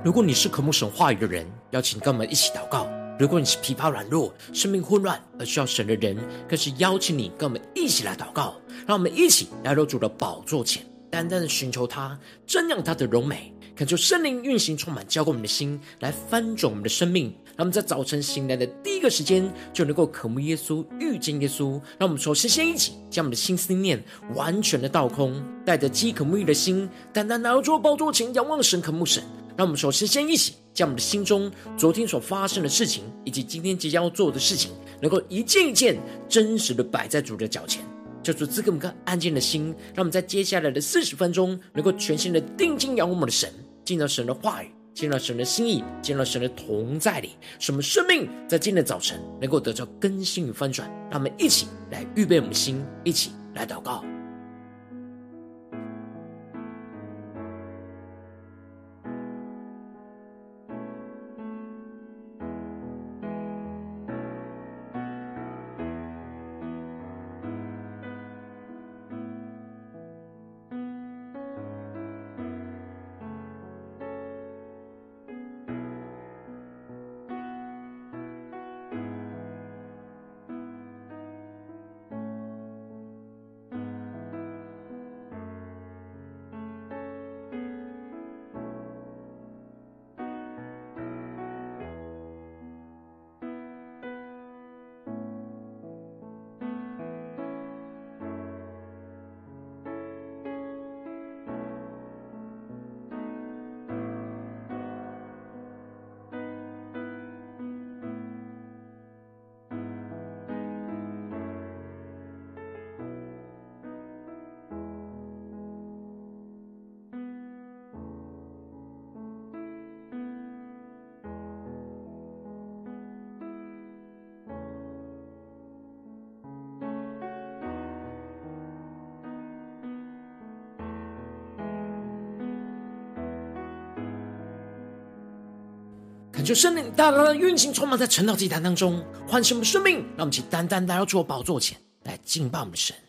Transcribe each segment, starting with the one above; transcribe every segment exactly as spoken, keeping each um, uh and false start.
如果你是渴慕神话语的人，邀请跟我们一起祷告；如果你是疲乏软弱、生命混乱而需要神的人，更是邀请你跟我们一起来祷告。让我们一起来到主的宝座前，单单的寻求他，瞻仰他的荣美，恳求圣灵运行充满浇灌我们的心，来翻转我们的生命。让我们在早晨醒来的第一个时间就能够渴慕耶稣，遇见耶稣。让我们首先先一起将我们的心思念完全的倒空，带着饥渴沐浴的心，单单来到主的宝座前，仰望神，渴慕神。让我们首先先一起将我们的心中昨天所发生的事情，以及今天即将要做的事情，能够一件一件真实的摆在主的脚前。求主赐给我们个安静的心，让我们在接下来的四十分钟能够全心的定睛仰望我们的神，进到神的话语，进到神的心意，进到神的同在里，使我们生命在今天的早晨能够得到更新与翻转。让我们一起来预备我们的心，一起来祷告。恳求圣灵大大的运行充满在晨祷祭坛当中，唤醒我们生命。让我们一起单单来到主的宝座前来敬拜我们的神。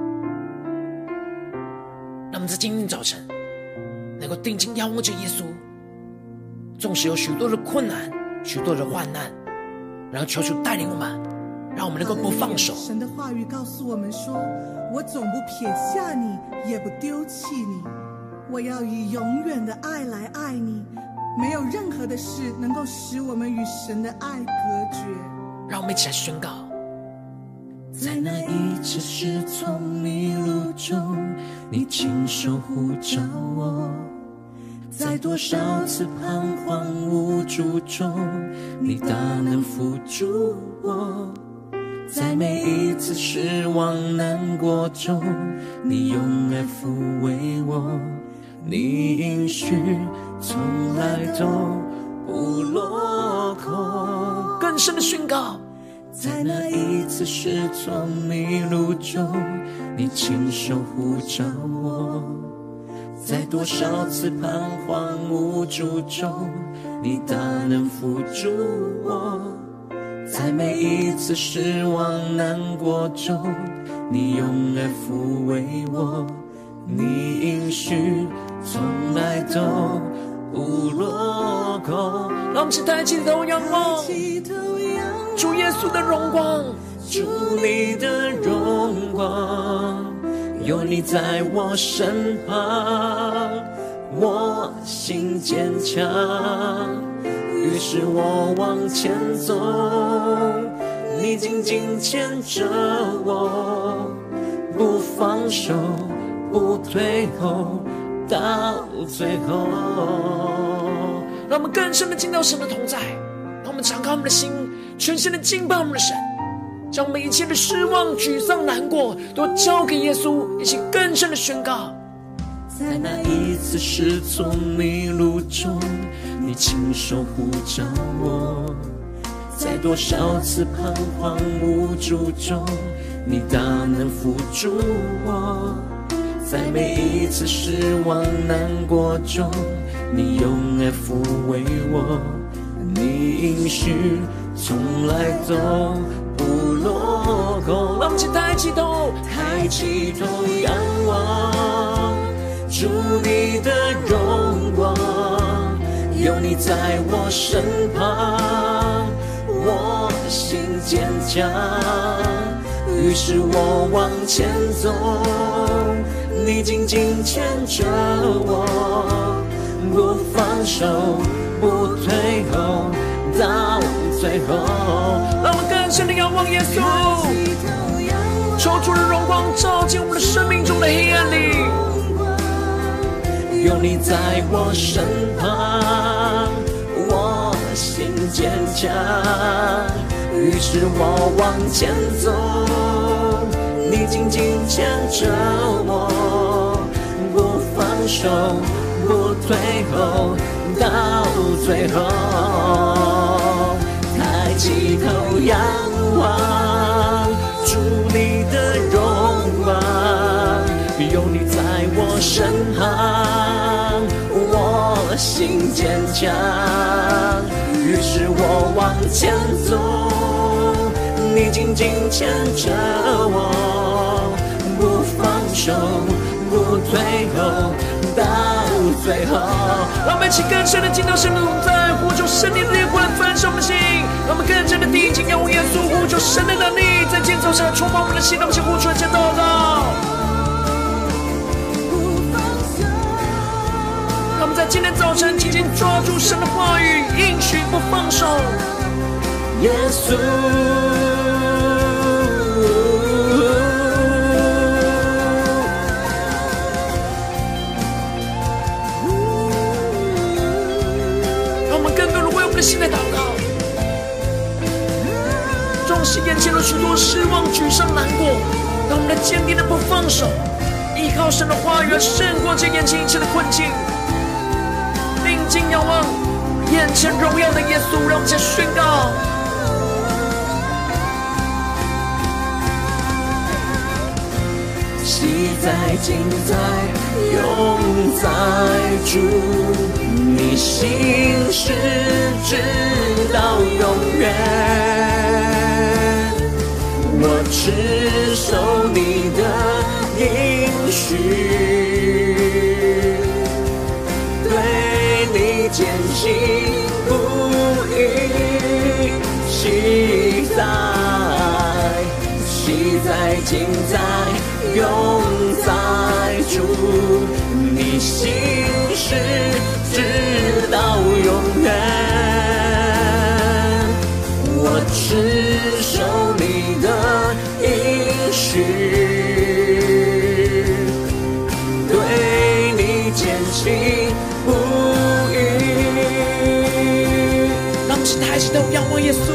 让我们在今天早晨能够定睛仰望着耶稣，纵使有许多的困难，许多的患难，然后求主带领我们，让我们能够不放手。 神的话语告诉我们说，我总不撇下你，也不丢弃你，我要以永远的爱来爱你。没有任何的事能够使我们与神的爱隔绝。 让我们一起来宣告， 在那一次失踪迷路中，你亲手护着我；在多少次彷徨无助中，你大能扶住我；在每一次失望难过中，你用爱抚慰我。你应许从来都不落空。 更深的宣告， 在那一次失踪迷路中，你亲手护着我；在多少次彷徨无助中，你大能扶住我；在每一次失望难过中，你用爱抚慰我。你应许从来都不落空。 让我们是抬起头仰望主耶稣的荣光， 主你的荣光，有你在我身旁，我心坚强，于是我往前走，你紧紧牵着我，不放手不退后，到最后。 让我们更深的进到神的同在，让我们敞开我们的心，全心的敬拜我们的神，将我们一切的失望、沮丧、难过都交给耶稣，一起更深的宣告。 在那一次失踪迷路中，你亲手护着我；在多少次彷徨无助中，你大能扶住我；在每一次失望难过中，你用爱抚慰我。你应许从来都不落空。 让我们一起抬起头， 抬起头仰望主你的荣光，有你在我身旁，我心坚强，于是我往前走，你紧紧牵着我，不放手，不退后，到最后。 让我们更深的仰望耶稣，求主的荣光照进我们的生命中的黑暗里。 有你在我身旁，我心坚强，于是我往前走，你紧紧牵着我，不放手，不退后，到最后。抬起头仰望主你的荣光，有你在我身旁，我心坚强，于是我往前走，你紧紧牵着我，不放手，不退后，到最后。 让我们一起更深的进到神的同在，呼求神的烈火来焚烧我们的心。让我们更加的定睛仰望耶稣，呼求神的能力在今天早上充满我们的心。让我们一起呼出来，祷告。让我们在今天早晨紧紧抓住神的话语，应许不放手。 耶稣， 让我们更多的为我们的心来祷告。纵使眼前有许多失望、沮丧、难过，让我们的坚定的不放手，依靠神的话语而胜过这眼前一切的困境。定睛仰望眼前荣耀的耶稣，让我们先宣告。 喜在、今在、永在主，你心事直到永远。我持守你的应许，对你坚信不疑，喜在、喜在、今在、永在主，你心事直到永远。我持守你的应许，对你坚信不疑。 让我们抬起头仰望耶稣，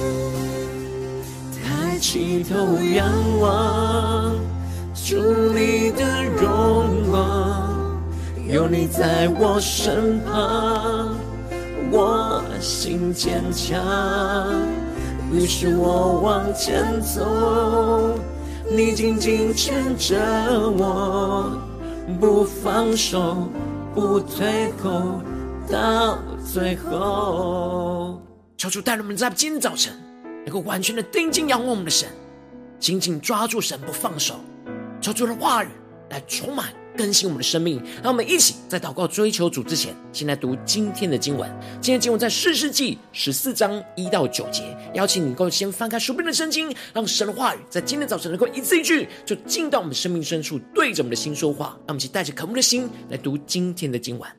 抬起头仰望主你的荣光，有你在我身旁，我心坚强，于是我往前走，你紧紧牵着我，不放手，不退后，到最后。 求主带领我们在今天早晨能够完全的定睛仰望我们的神，紧紧抓住神不放手。求主的话语来充满更新我们的生命。让我们一起在祷告追求主之前，先来读今天的经文。今天经文在士师记十四章一到九节。邀请你能够先翻开手边的圣经，让神的话语在今天早晨能够一字一句就进到我们生命深处，对着我们的心说话。让我们一起带着渴慕的心来读今天的经文。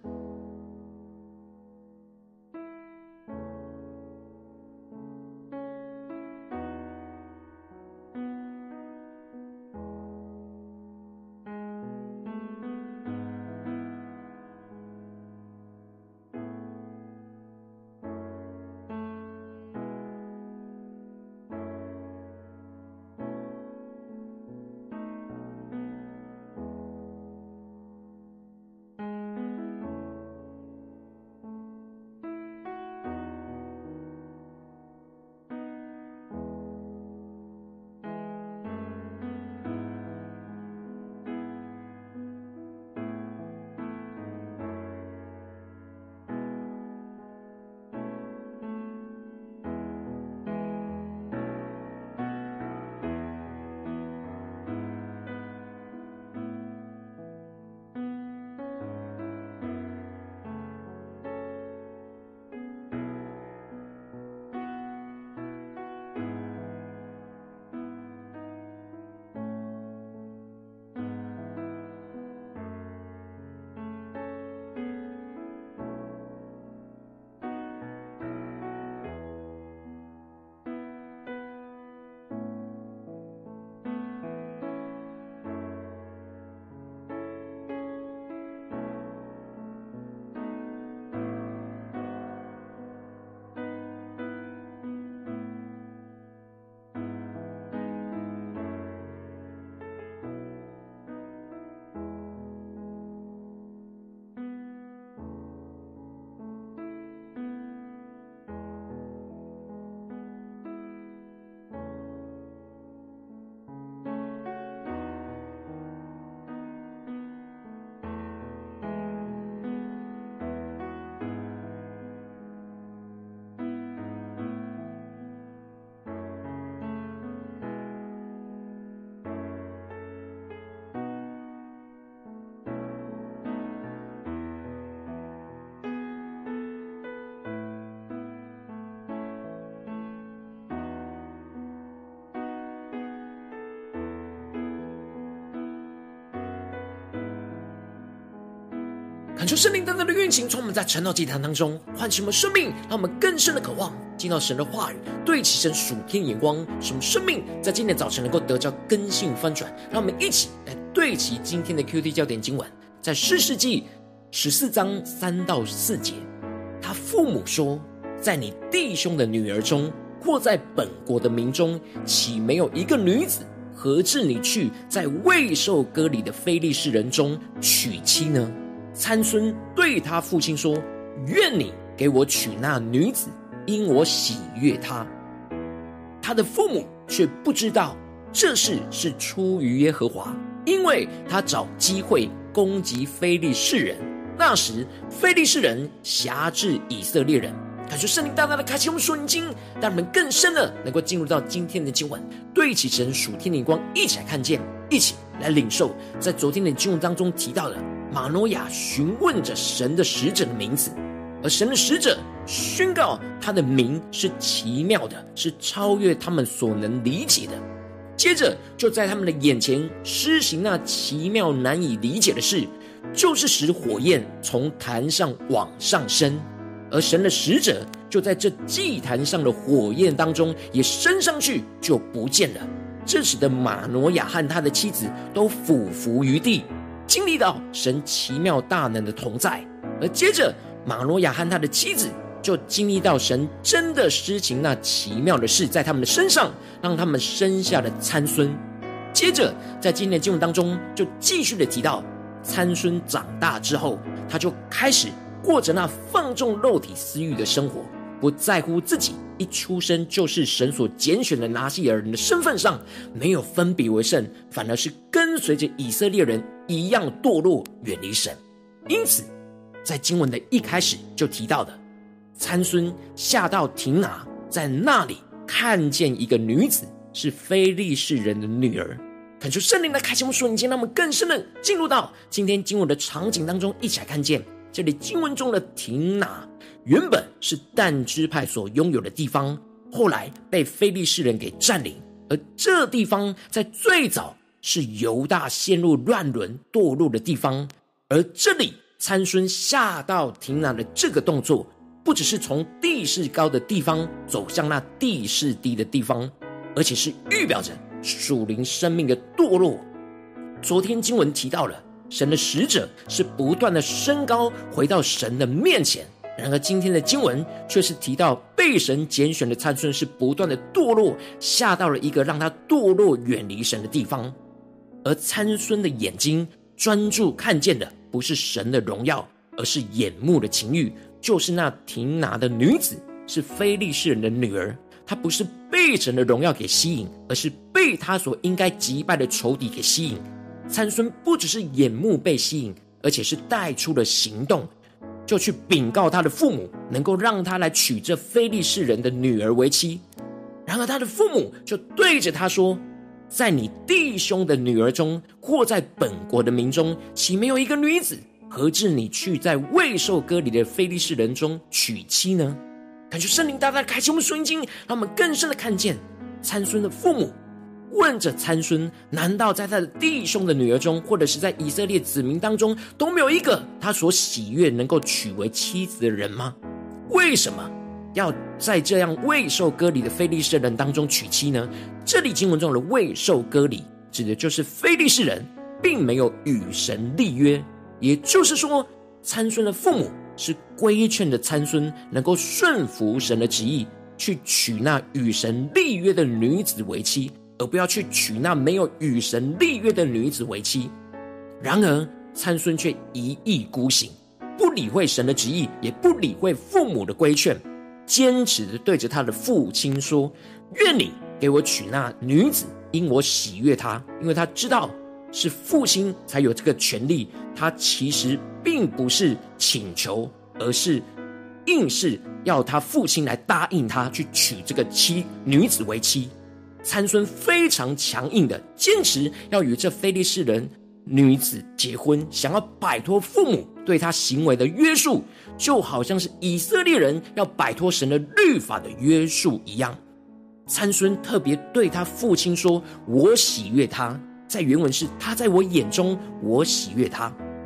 恳求圣灵单单的运行，从我们在晨祷祭坛当中唤醒我们生命，让我们更深的渴望进到神的话语，对齐神属天眼光，使我们生命在今天早晨能够得到更新翻转。让我们一起来对齐今天的 Q T 焦点经文，在士师记十四章三到四节。他父母说，在你弟兄的女儿中，或在本国的民中，岂没有一个女子，何至你去在未受割礼的非利士人中娶妻呢？参孙对他父亲说，愿你给我娶那女子，因我喜悦她。他的父母却不知道这事是出于耶和华，因为他找机会攻击非利士人。那时非利士人辖制以色列人。感谢圣灵大大的开启我们属灵经，让我们更深的能够进入到今天的经文，对齐神属天的眼光，一起来看见，一起来领受。在昨天的经文当中提到的马诺亚询问着神的使者的名字，而神的使者宣告他的名是奇妙的，是超越他们所能理解的。接着就在他们的眼前施行那奇妙难以理解的事，就是使火焰从坛上往上升，而神的使者就在这祭坛上的火焰当中也升上去，就不见了。这使得马诺亚和他的妻子都俯伏于地，经历到神奇妙大能的同在。而接着马诺亚和他的妻子就经历到神真的施行那奇妙的事在他们的身上，让他们生下了参孙。接着在今天的经文当中就继续的提到，参孙长大之后，他就开始过着那放纵肉体私欲的生活，不在乎自己一出生就是神所拣选的拿细耳人的身份上没有分别为圣，反而是跟随着以色列人一样堕落，远离神。因此在经文的一开始就提到的，参孙下到亭拿，在那里看见一个女子，是非利士人的女儿。恳求圣灵来开启我们属灵经，让我们更深的进入到今天经文的场景当中，一起来看见这里经文中的亭拿原本是但支派所拥有的地方，后来被非利士人给占领，而这地方在最早是犹大陷入乱伦堕落的地方。而这里参孙下到亭拿的这个动作，不只是从地势高的地方走向那地势低的地方，而且是预表着属灵生命的堕落。昨天经文提到了神的使者是不断的升高回到神的面前，然而今天的经文却是提到被神拣选的参孙是不断的堕落，下到了一个让他堕落远离神的地方。而参孙的眼睛专注看见的不是神的荣耀，而是眼目的情欲，就是那亭拿的女子是非利士人的女儿。她不是被神的荣耀给吸引，而是被他所应该击败的仇敌给吸引。参孙不只是眼目被吸引，而且是带出了行动，就去禀告他的父母，能够让他来娶这非利士人的女儿为妻。然而他的父母就对着他说，在你弟兄的女儿中，或在本国的民中，岂没有一个女子，何至你去在未受割礼的非利士人中娶妻呢？感谢圣灵大大开启我们属灵经，让我们更深的看见参孙的父母问着参孙，难道在他的弟兄的女儿中，或者是在以色列子民当中，都没有一个他所喜悦能够娶为妻子的人吗？为什么要在这样未受割礼的非利士人当中娶妻呢？这里经文中的未受割礼指的就是非利士人并没有与神立约，也就是说参孙的父母是规劝着参孙能够顺服神的旨意，去娶那与神立约的女子为妻，而不要去娶那没有与神立约的女子为妻。然而参孙却一意孤行，不理会神的旨意，也不理会父母的规劝，坚持的对着他的父亲说，愿你给我娶那女子，因我喜悦她。因为他知道是父亲才有这个权利，他其实并不是请求，而是硬是要他父亲来答应他去娶这个妻女子为妻。参孙非常强硬的坚持要与这非利士人女子结婚，想要摆脱父母对他行为的约束，就好像是以色列人要摆脱神的律法的约束一样。参孙特别对他父亲说，我喜悦他，在原文是他在我眼中我喜悦他。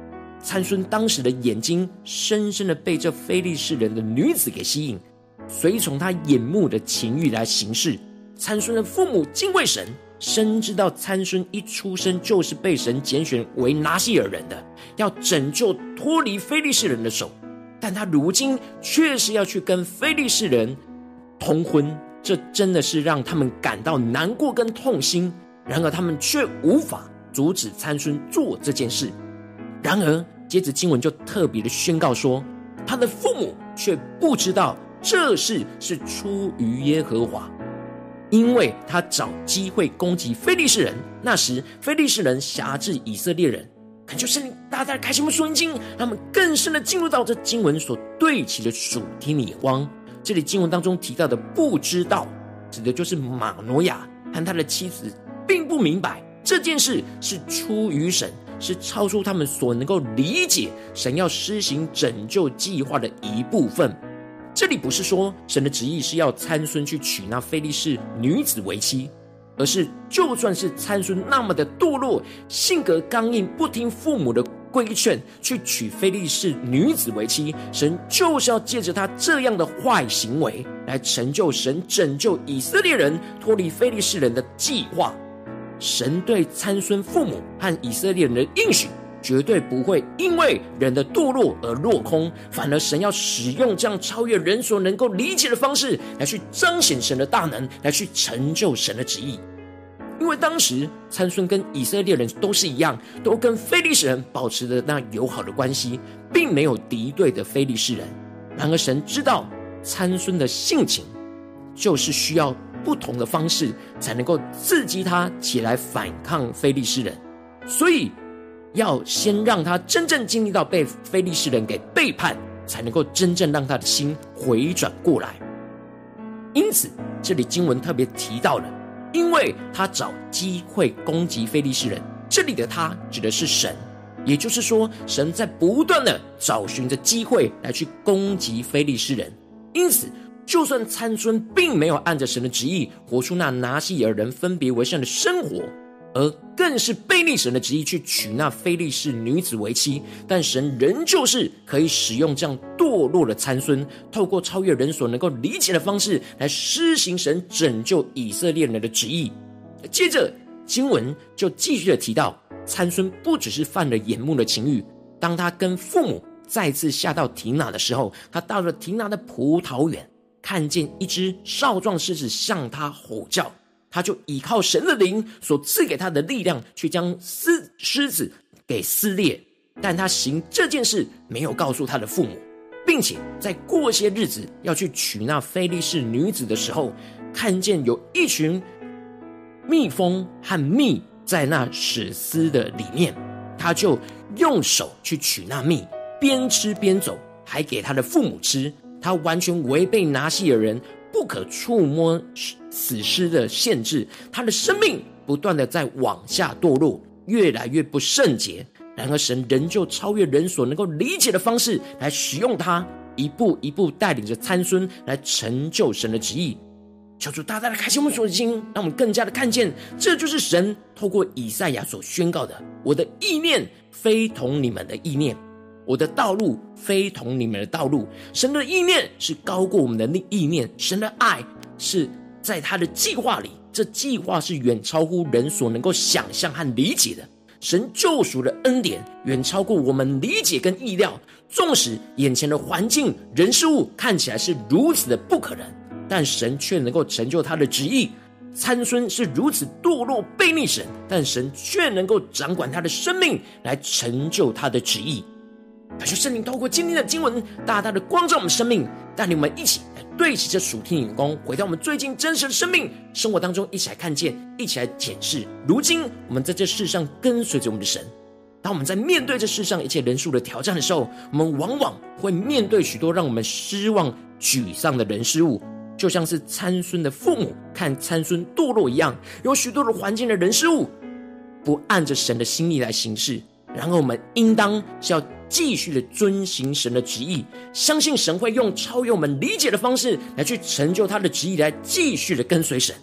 参孙当时的眼睛深深的被这非利士人的女子给吸引，随从他眼目的情欲来行事。参孙的父母敬畏神，深知道参孙一出生就是被神拣选为拿细尔人的，要拯救脱离非利士人的手，但他如今却是要去跟非利士人通婚，这真的是让他们感到难过跟痛心。然而他们却无法阻止参孙做这件事。然而接着经文就特别的宣告说，他的父母却不知道这事是出于耶和华，因为他找机会攻击非利士人。那时非利士人辖制以色列人。恳求圣灵大大的开启我们属灵经，让我们更深的进入到这经文所对齐的属天的眼光。这里经文当中提到的不知道，指的就是马挪亚和他的妻子并不明白这件事是出于神，是超出他们所能够理解神要施行拯救计划的一部分。这里不是说神的旨意是要参孙去娶那非利士女子为妻，而是就算是参孙那么的堕落，性格刚硬，不听父母的规劝，去娶非利士女子为妻，神就是要借着他这样的坏行为来成就神拯救以色列人脱离非利士人的计划。神对参孙父母和以色列人的应许绝对不会因为人的堕落而落空，反而神要使用这样超越人所能够理解的方式来去彰显神的大能，来去成就神的旨意。因为当时参孙跟以色列人都是一样，都跟非利士人保持着那友好的关系，并没有敌对的非利士人。然而神知道参孙的性情就是需要不同的方式才能够刺激他起来反抗非利士人，所以要先让他真正经历到被非利士人给背叛，才能够真正让他的心回转过来。因此这里经文特别提到了，因为他找机会攻击非利士人，这里的他指的是神，也就是说神在不断的找寻着机会来去攻击非利士人。因此就算参孙并没有按着神的旨意活出那拿细尔人分别为圣的生活，而更是背逆神的旨意去娶那非利士女子为妻，但神仍旧是可以使用这样堕落的参孙，透过超越人所能够理解的方式来施行神拯救以色列人的旨意。接着经文就继续的提到，参孙不只是犯了眼目的情欲，当他跟父母再次下到亭拿的时候，他到了亭拿的葡萄园，看见一只少壮狮子向他吼叫，他就依靠神的灵所赐给他的力量，去将狮狮子给撕裂。但他行这件事没有告诉他的父母，并且在过些日子要去娶那非利士女子的时候，看见有一群蜜蜂和蜜在那矢丝的里面，他就用手去取那蜜，边吃边走，还给他的父母吃。他完全违背拿细尔人不可触摸死尸的限制，他的生命不断的在往下堕落，越来越不圣洁。然而神仍旧超越人所能够理解的方式来使用他，一步一步带领着参孙来成就神的旨意。求主大大的开启我们所心，让我们更加的看见，这就是神透过以赛亚所宣告的，我的意念非同你们的意念，我的道路非同你们的道路。神的意念是高过我们的意念，神的爱是在他的计划里，这计划是远超乎人所能够想象和理解的。神救赎的恩典远超过我们理解跟意料，纵使眼前的环境人事物看起来是如此的不可能，但神却能够成就他的旨意。参孙是如此堕落背逆神，但神却能够掌管他的生命来成就他的旨意。感谢圣灵透过今天的经文大大的光照我们生命，带领我们一起来对齐这属天的眼光，回到我们最近真实的生命生活当中，一起来看见，一起来检视。如今我们在这世上跟随着我们的神，当我们在面对这世上一切人数的挑战的时候，我们往往会面对许多让我们失望沮丧的人事物，就像是参孙的父母看参孙堕落一样，有许多的环境的人事物不按着神的心意来行事。然而我们应当是要继续的遵行神的旨意，相信神会用超越我们理解的方式来去成就他的旨意，来继续的跟随神。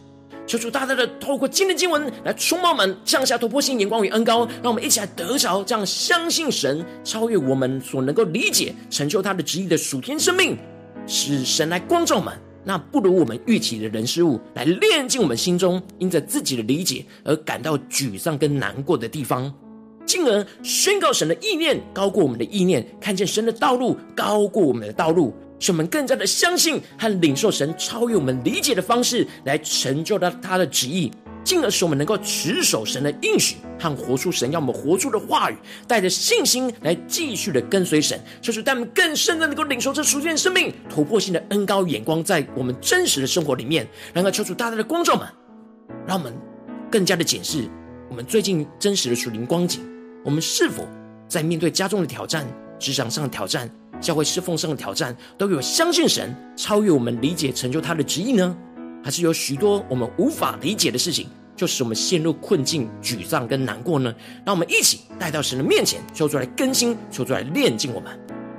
求主大大的透过今天的经文来充满我们，降下突破性眼光与恩膏，让我们一起来得着这样相信神超越我们所能够理解成就他的旨意的属天生命，使神来光照我们那不如我们预期的人事物，来炼净我们心中因着自己的理解而感到沮丧跟难过的地方，进而宣告神的意念高过我们的意念，看见神的道路高过我们的道路，使我们更加的相信和领受神超越我们理解的方式来成就到他的旨意，进而使我们能够持守神的应许和活出神要我们活出的话语，带着信心来继续的跟随神，就是带我们更深的能够领受这属天的生命突破性的恩膏眼光在我们真实的生活里面，然后求主大大的光照们，让我们更加的检视我们最近真实的属灵光景，我们是否在面对家中的挑战、职场上的挑战、教会侍奉上的挑战，都有相信神超越我们理解成就他的旨意呢？还是有许多我们无法理解的事情，就使我们陷入困境、沮丧跟难过呢？让我们一起带到神的面前，求主来更新，求主来炼净我们。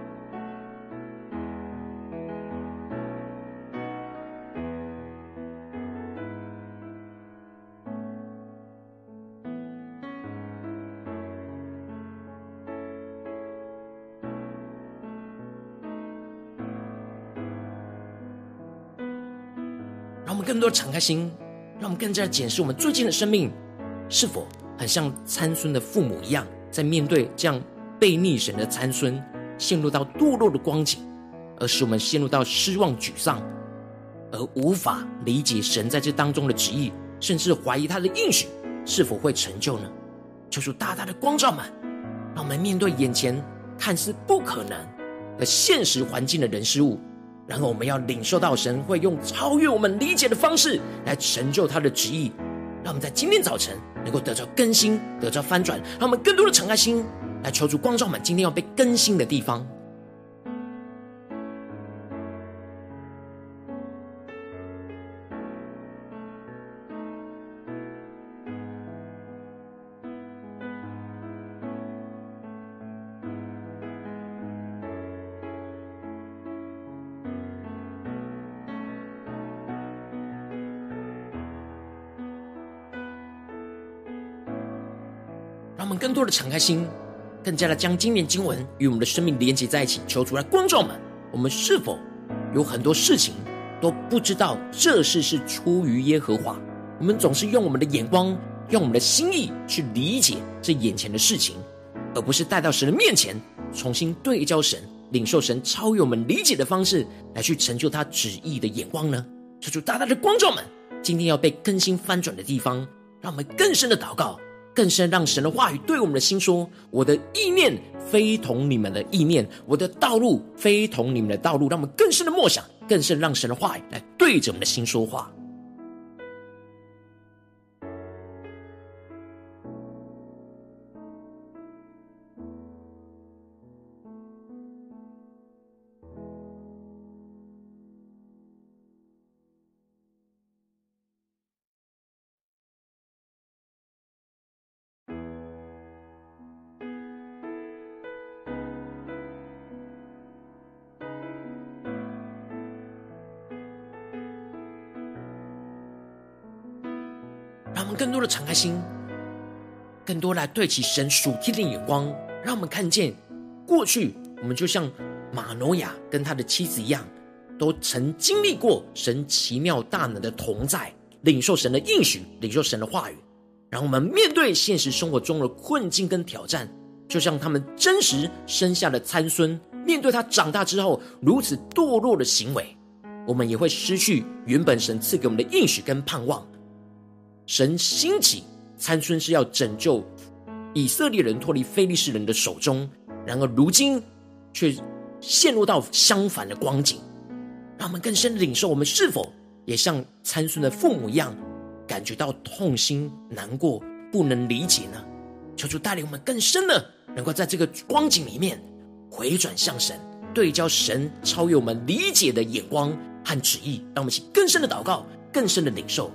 让我们更多的敞开心，让我们更加的检视我们最近的生命是否很像参孙的父母一样，在面对这样背逆神的参孙陷入到堕落的光景，而使我们陷入到失望沮丧，而无法理解神在这当中的旨意，甚至怀疑他的应许是否会成就呢？求主大大的光照们，让我们面对眼前看似不可能的现实环境的人事物，然后我们要领受到神会用超越我们理解的方式来成就他的旨意，让我们在今天早晨能够得着更新，得着翻转，让我们更多的敞开心来求主光照我们今天要被更新的地方。让我们更多的敞开心，更加的将今年经文与我们的生命连接在一起，求主来光照我们。我们是否有很多事情都不知道这事是出于耶和华？我们总是用我们的眼光，用我们的心意去理解这眼前的事情，而不是带到神的面前，重新对焦神，领受神超越我们理解的方式来去成就他旨意的眼光呢？求主大大的光照们今天要被更新翻转的地方，让我们更深的祷告，更深让神的话语对我们的心说，我的意念非同你们的意念，我的道路非同你们的道路，让我们更深的默想，更深让神的话语来对着我们的心说话。让我们更多的敞开心，更多来对齐神属天的眼光，让我们看见过去我们就像马诺亚跟他的妻子一样，都曾经历过神奇妙大能的同在，领受神的应许，领受神的话语。然后我们面对现实生活中的困境跟挑战，就像他们真实生下的参孙，面对他长大之后如此堕落的行为，我们也会失去原本神赐给我们的应许跟盼望。神兴起参孙是要拯救以色列人脱离非利士人的手中，然而如今却陷入到相反的光景，让我们更深的领受，我们是否也像参孙的父母一样，感觉到痛心难过，不能理解呢？求主带领我们更深的能够在这个光景里面回转向神，对焦神超越我们理解的眼光和旨意，让我们一起更深的祷告，更深的领受。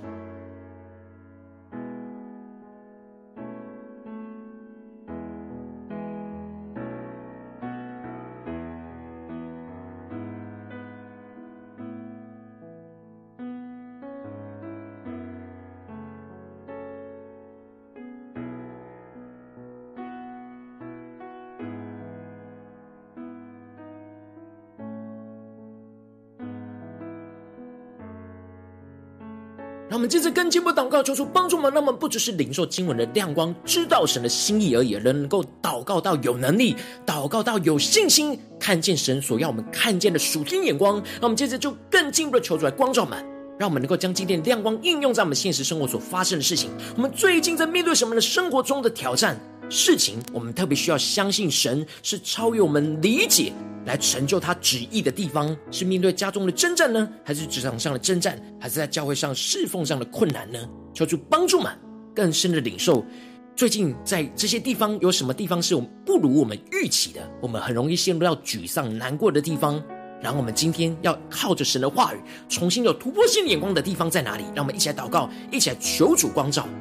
让我们接着跟进步祷告，求主帮助我们，让我们不只是领受经文的亮光，知道神的心意而已，而能够祷告到有能力，祷告到有信心，看见神所要我们看见的属天眼光。让我们接着就更进一步的求主来光照我们，让我们能够将今天的亮光应用在我们现实生活所发生的事情。我们最近在面对什么的生活中的挑战事情，我们特别需要相信神是超越我们理解来成就他旨意的地方，是面对家中的征战呢，还是职场上的征战，还是在教会上侍奉上的困难呢？求主帮助我们更深的领受最近在这些地方有什么地方是我们不如我们预期的，我们很容易陷入到沮丧难过的地方。然后我们今天要靠着神的话语重新有突破性眼光的地方在哪里？让我们一起来祷告，一起来求主光照。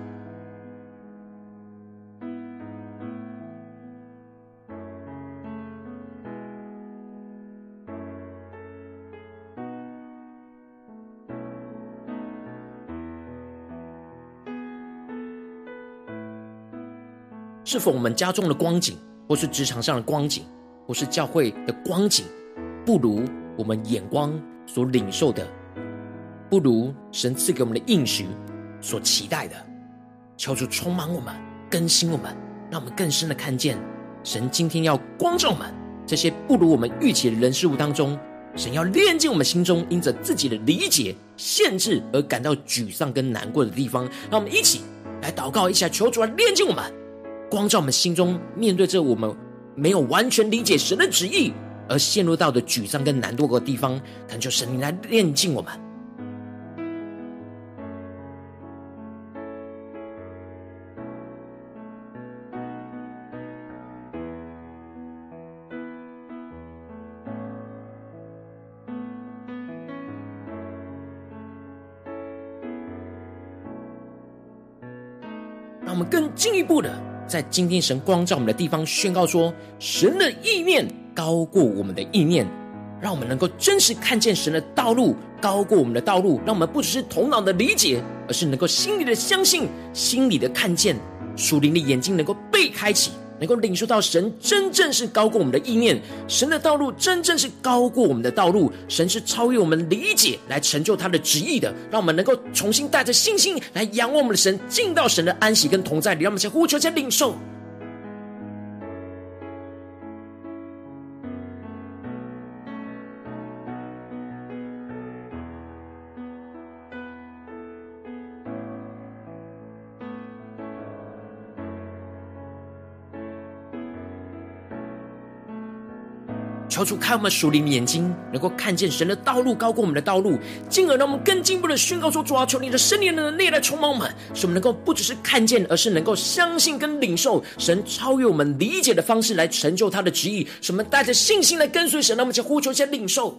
是否我们家中的光景，或是职场上的光景，或是教会的光景，不如我们眼光所领受的，不如神赐给我们的应许所期待的？求主充满我们，更新我们，让我们更深的看见神今天要光照我们这些不如我们预期的人事物当中，神要炼净我们心中因着自己的理解限制而感到沮丧跟难过的地方。让我们一起来祷告，一起来求主来炼净我们，光照我们心中面对着我们没有完全理解神的旨意而陷入到的沮丧跟难过的地方，恳求神灵来炼净我们。让我们更进一步的在今天神光照我们的地方宣告说，神的意念高过我们的意念，让我们能够真实看见神的道路高过我们的道路，让我们不只是头脑的理解，而是能够心里的相信，心里的看见，属灵的眼睛能够被开启，能够领受到神真正是高过我们的意念，神的道路真正是高过我们的道路，神是超越我们理解来成就他的旨意的，让我们能够重新带着信心来仰望我们的神，进到神的安息跟同在里，让我们先呼求，先领受。求主开我们属灵的眼睛，能够看见神的道路高过我们的道路，进而让我们更进一步的宣告说，主啊，求你的圣灵的能力来充满我们，使我们能够不只是看见，而是能够相信跟领受神超越我们理解的方式来成就他的旨意，使我们带着信心来跟随神。让我们先呼求，先领受。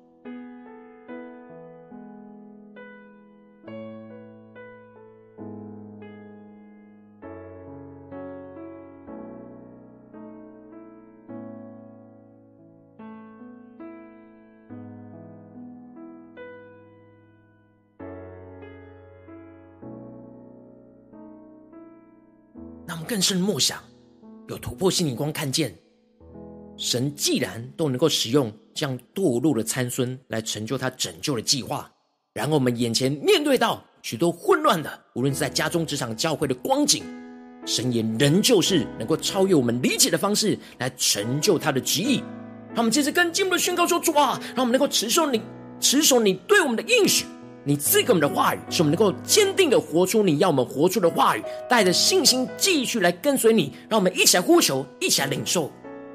让我们更深的默想，有突破性眼光看见神既然都能够使用这样堕落的参孙来成就他拯救的计划，然后我们眼前面对到许多混乱的，无论是在家中职场教会的光景，神也仍旧是能够超越我们理解的方式来成就他的旨意。让我们接着跟进一步的宣告说，主啊，让我们能够持守你持守你对我们的应许，你赐给我们的话语，使我们能够坚定的活出你要我们活出的话语，带着信心继续来跟随你。让我们一起来呼求，一起来领受。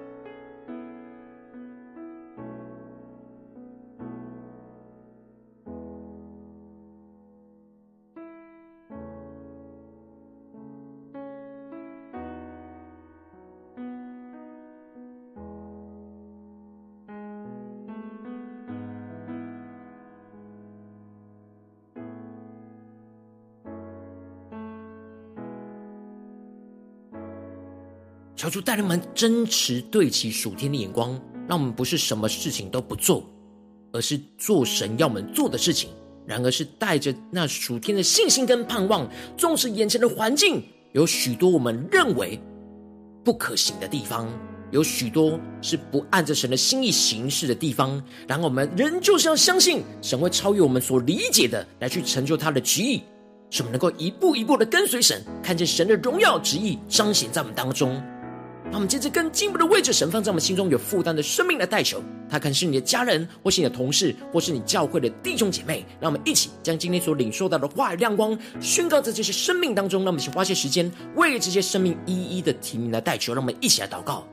求主带领我们真实对齐属天的眼光，让我们不是什么事情都不做，而是做神要我们做的事情，然而是带着那属天的信心跟盼望，纵使眼前的环境有许多我们认为不可行的地方， 有许多是不按着神的心意行事的地方，然后我们仍旧是要相信神会超越我们所理解的，来去成就他的旨意，使我们能够一步一步的跟随神，看见神的荣耀旨意彰显在我们当中。让我们接着更进一步的为着神放在我们心中有负担的生命来代求，他可能是你的家人，或是你的同事，或是你教会的弟兄姐妹。让我们一起将今天所领受到的话语亮光宣告在这些生命当中。让我们一起花些时间为这些生命一一的提名来代求。让我们一起来祷告。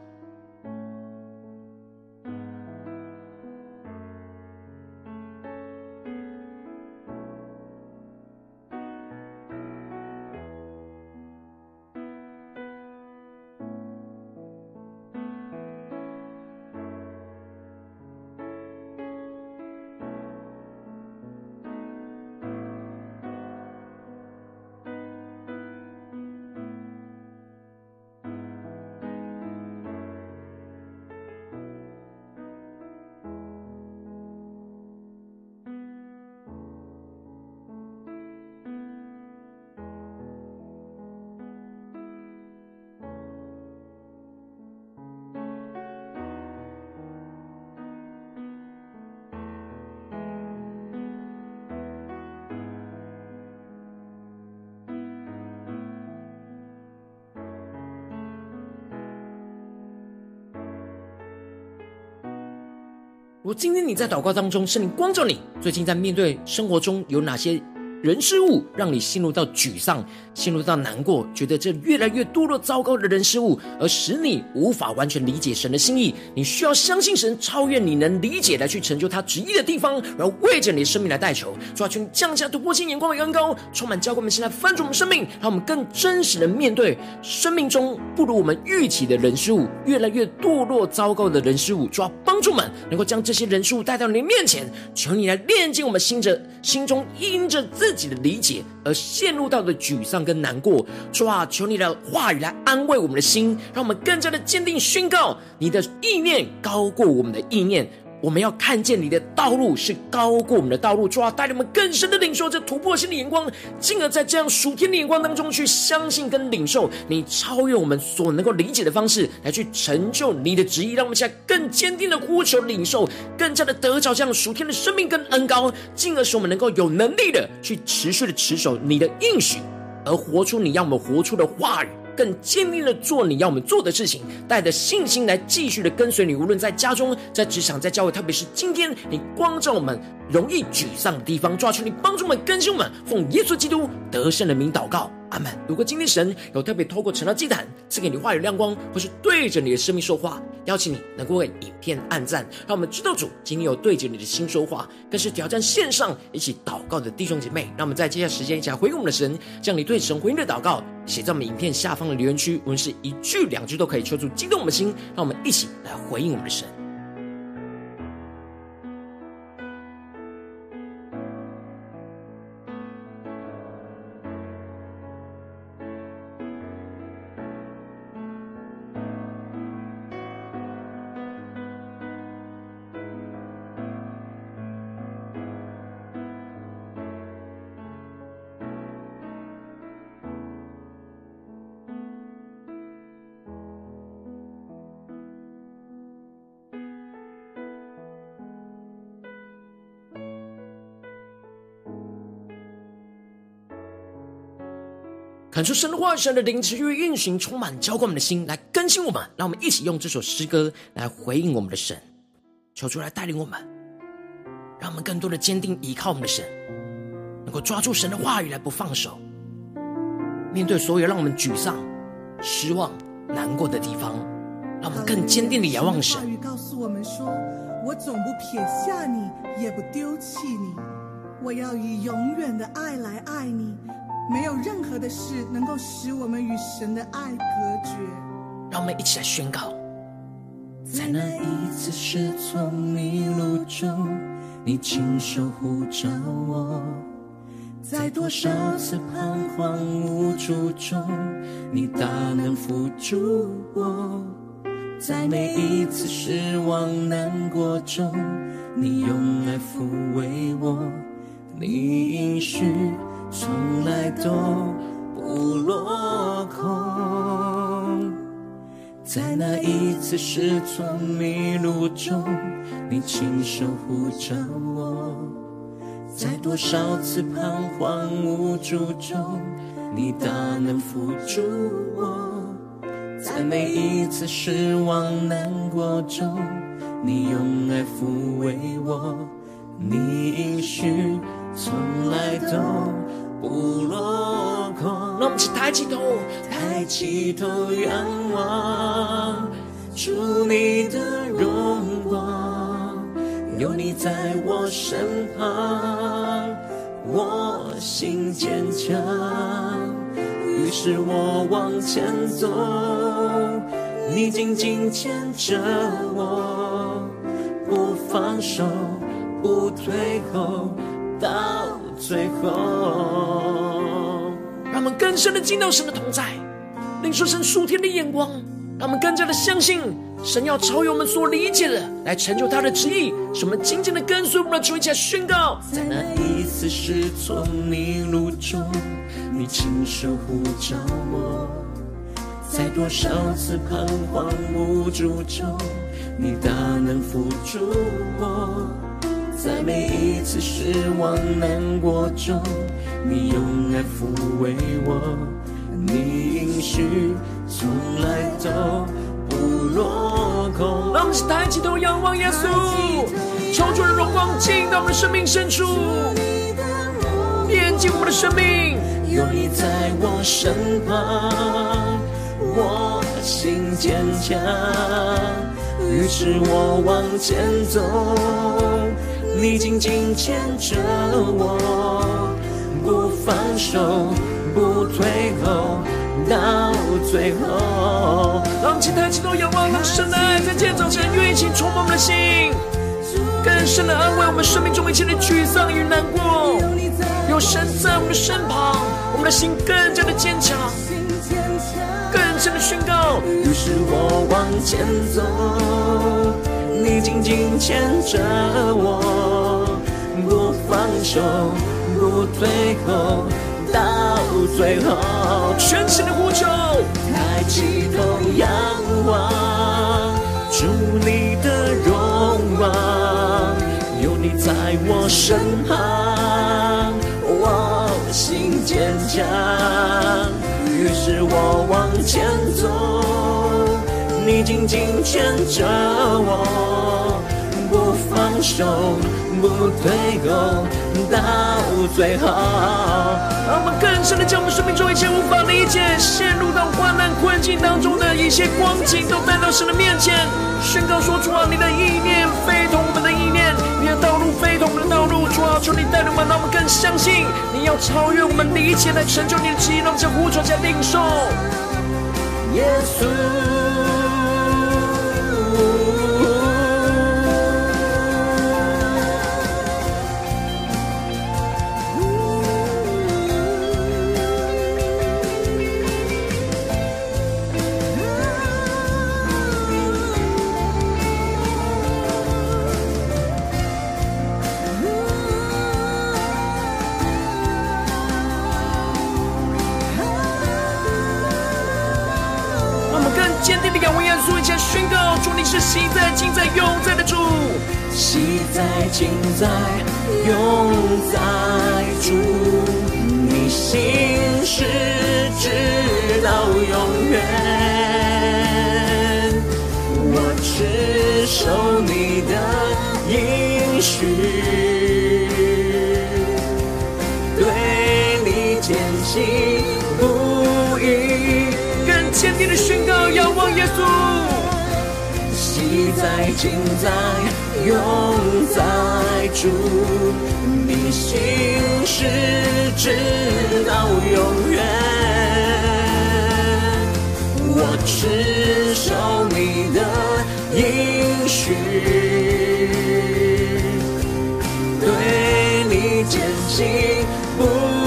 如果今天你在祷告当中，圣灵光照你，最近在面对生活中有哪些人事物让你陷入到沮丧，陷入到难过，觉得这越来越多了糟糕的人事物，而使你无法完全理解神的心意。你需要相信神超越你能理解，来去成就他旨意的地方，然后为着你的生命来代求。主啊，求你降下突破性眼光与恩膏，充满教会我们现在翻转我们生命，让我们更真实的面对生命中不如我们预期的人事物，越来越堕落糟糕的人事物。主啊，帮助我们能够将这些人事物带到你面前，求你来炼净我们心着心中因着自己的理解而陷入到的沮丧跟难过。主啊，求你的话语来安慰我们的心，让我们更加的坚定宣告你的意念高过我们的意念，我们要看见你的道路是高过我们的道路。主啊，带领我们更深的领受这突破性的眼光，进而在这样属天的眼光当中去相信跟领受你超越我们所能够理解的方式，来去成就你的旨意。让我们现在更坚定的呼求领受，更加的得着这样属天的生命跟恩膏，进而使我们能够有能力的去持续的持守你的应许，而活出你要我们活出的话语，更坚定的做你要我们做的事情，带着信心来继续的跟随你。无论在家中、在职场、在教会，特别是今天你光照我们容易沮丧的地方，抓住你帮助我们更新我们，奉耶稣基督得胜的名祷告，阿们。如果今天神有特别透过晨祷祭坛赐给你话语亮光，或是对着你的生命说话，邀请你能够为影片按赞，让我们知道主今天有对着你的心说话，更是挑战线上一起祷告的弟兄姐妹。让我们在接下来时间一起来回应我们的神，将你对神回应的祷告写在我们影片下方的留言区，无论是一句两句都可以，求主激动我们的心，让我们一起来回应我们的神。恳求神的话语、神的灵持续运行，充满浇灌我们的心，来更新我们。让我们一起用这首诗歌来回应我们的神，求主来带领我们，让我们更多的坚定依靠我们的神，能够抓住神的话语来不放手，面对所有让我们沮丧、失望、难过的地方，让我们更坚定的仰望神。 话语告诉我们说，我总不撇下你，也不丢弃你，我要以永远的爱来爱你，没有任何的事能够使我们与神的爱隔绝。 让我们一起来宣告， 在那一次失聪迷路中，你亲手呼召我；在多少次彷徨无助中，你大能扶住我；在每一次失望难过中，你用爱抚慰我。你应许从来都不落空， 在那一次失措迷路中，你亲手护着我；在多少次彷徨无助中，你大能扶住我；在每一次失望难过中，你用爱抚慰我。你应许从来都不落空。 让我们一起抬起头， 抬起头仰望，主你的荣光，有你在我身旁，我心坚强。于是我往前走，你紧紧牵着我，不放手，不退后，到最后。 让我们更深的进到神的同在，领受神属天的眼光，让我们更加的相信神要超越我们所理解的，来成就他的旨意，使我们紧紧的跟随我们的主，一起来宣告。 在那一次失措迷路中，你亲手护着我；在多少次彷徨无助中，你大能扶住我；在每一次失望难过中，你用爱抚慰我。你应许从来都不落空。 让我们一起抬起头仰望耶稣，超出的荣光进到我们的生命深处，炼净我们的生命。 有你在我身旁，我心坚强。于是我往前走，你紧紧牵着我，不放手，不退后，到最后。 让我们一起抬起头仰望，让神的爱在今天早晨愿意起充满我们的心，更深的安慰我们生命中一切的沮丧与难过。有神在我们的身旁，我们的心更加的坚强，更深的宣告。 于是我往前走，你紧紧牵着我，不放手，不退后，到最后。 全心的呼求， 抬起头仰望，主你的荣光，有你在我身旁，我心坚强。于是我往前走，你紧紧牵着我，不放手，不退后，到最后。 让我们更深的将我们生命中一切无法理解、陷入到患难困境当中的一些光景都带到神的面前，宣告说：主啊，你的意念非同我们的意念，你的道路非同我们的道路。主啊，求你带领我们，让我们更相信你要超越我们理解，来成就你的旨意。让我们将呼求加领受耶稣。 坚定的仰望耶稣，一起宣告：主，你是昔在、今在、永在的主。 昔在、今在、永在主，你心是直到永远。我持守你的应许，对你坚信不疑。 更坚定的宣告，仰望耶稣。 昔在、今在、永在主，你心是直到永远。我持守你的应许，对你坚信不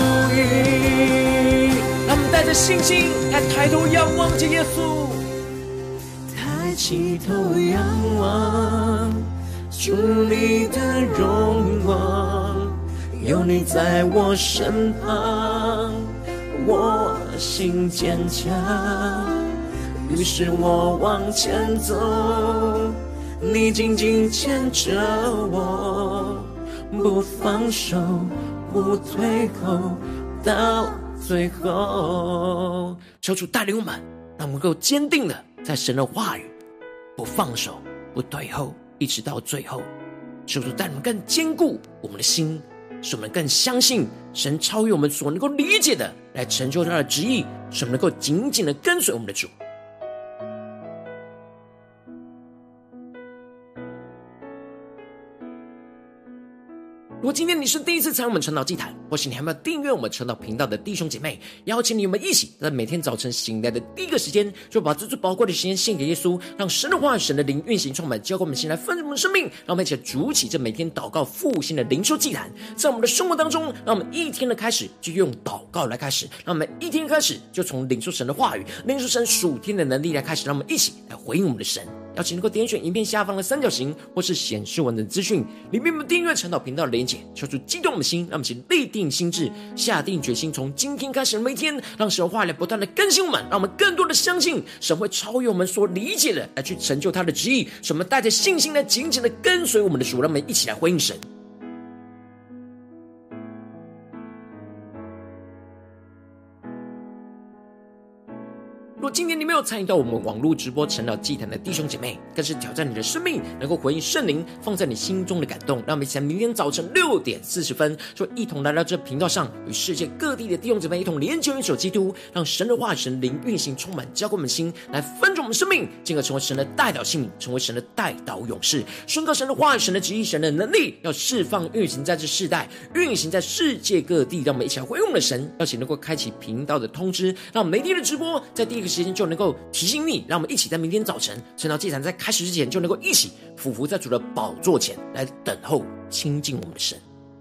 疑。 让我们带着信心来抬头仰望着耶稣， 抬起头仰望，主你的荣光，有你在我身旁，我心坚强。 于是我往前走，你紧紧牵着我，不放手，不退后，到最后。 求主带领我们，让我们能够坚定的在神的话语，不放手，不退后，一直到最后。求主带领我们更坚固我们的心，使我们更相信神超越我们所能够理解的，来成就他的旨意，使我们能够紧紧的跟随我们的主。如果今天你是第一次参与我们晨祷祭坛，或是你还没有订阅我们晨祷频道的弟兄姐妹，邀请你们一起在每天早晨醒来的第一个时间，就把这最宝贵的时间献给耶稣，让神的话语、神的灵运行充满，交给我们心来分盛我们的生命。让我们一起筑起这每天祷告复兴的灵修祭坛，在我们的生活当中，让我们一天的开始就用祷告来开始，让我们一天开始就从领受神的话语、领受神属天的能力来开始，让我们一起来回应我们的神。邀请能够点选影片下方的三角形，或是显示文的资讯，里面有订阅晨祷频道的连结，求主激动我们的心，让我们一起立定心志，下定决心，从今天开始的每一天，让神的话语不断的更新我们，让我们更多的相信神会超越我们所理解的，来去成就他的旨意，使我们带着信心来紧紧的跟随我们的主，让我们一起来回应神。若今天你没有参与到我们网络直播晨祷祭坛的弟兄姐妹，更是挑战你的生命，能够回应圣灵放在你心中的感动。让我们一起在明天早晨六点四十分，就一同来到这频道上，与世界各地的弟兄姐妹一同连接、元首基督，让神的话语、神灵运行充满，浇灌我们心，来分盛我们生命，进而成为神的代祷器皿，成为神的代祷勇士，宣告神的话语、神的旨意、神的能力，要释放运行在这世代，运行在世界各地。让我们一起来回应我们的神，邀请能够开启频道的通知，让我们每天的直播在第一个时间就能够提醒你，让我们一起在明天早晨晨祷祭坛在开始之前，就能够一起俯伏在主的宝座前来等候亲近我们的神。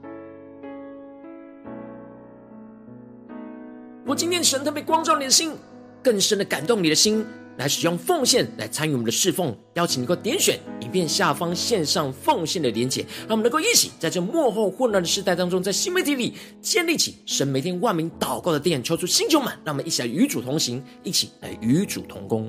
如果今天神特别光照你的心，更深的感动你的心，来使用奉献来参与我们的侍奉，邀请你能够点选影片下方线上奉献的连结，让我们能够一起在这末后混乱的时代当中，在新媒体里建立起神每天万名祷告的殿，求出星球们，让我们一起来与主同行，一起来与主同工。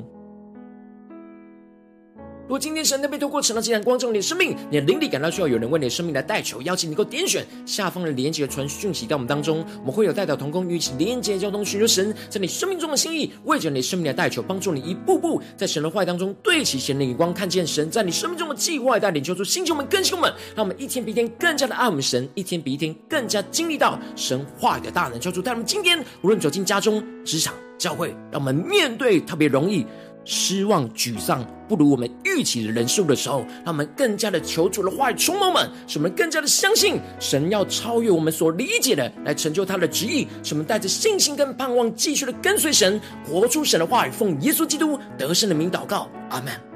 如果今天神特别透过晨祷祭坛光照你的生命，你的灵里感到需要有人为你的生命来代求，邀请你能够点选下方的连结传讯息到我们当中，我们会有代祷同工与一起连结交通，寻求神在你生命中的心意，为着你生命的代求，帮助你一步步在神的话语当中对齐神的眼光，看见神在你生命中的计划带领，求出星球们更新我们，让我们一天比一天更加的爱我们神，一天比一天更加经历到神话语的大能。求主带我们今天无论走进家中、职场、教会，让我们面对特别容易失望、沮丧不如我们预期的人数的时候，让我们更加的求主的话语充满我们，使我们更加的相信神要超越我们所理解的，来成就他的旨意，使我们带着信心跟盼望继续的跟随神，活出神的话语，奉耶稣基督得胜的名祷告，阿们。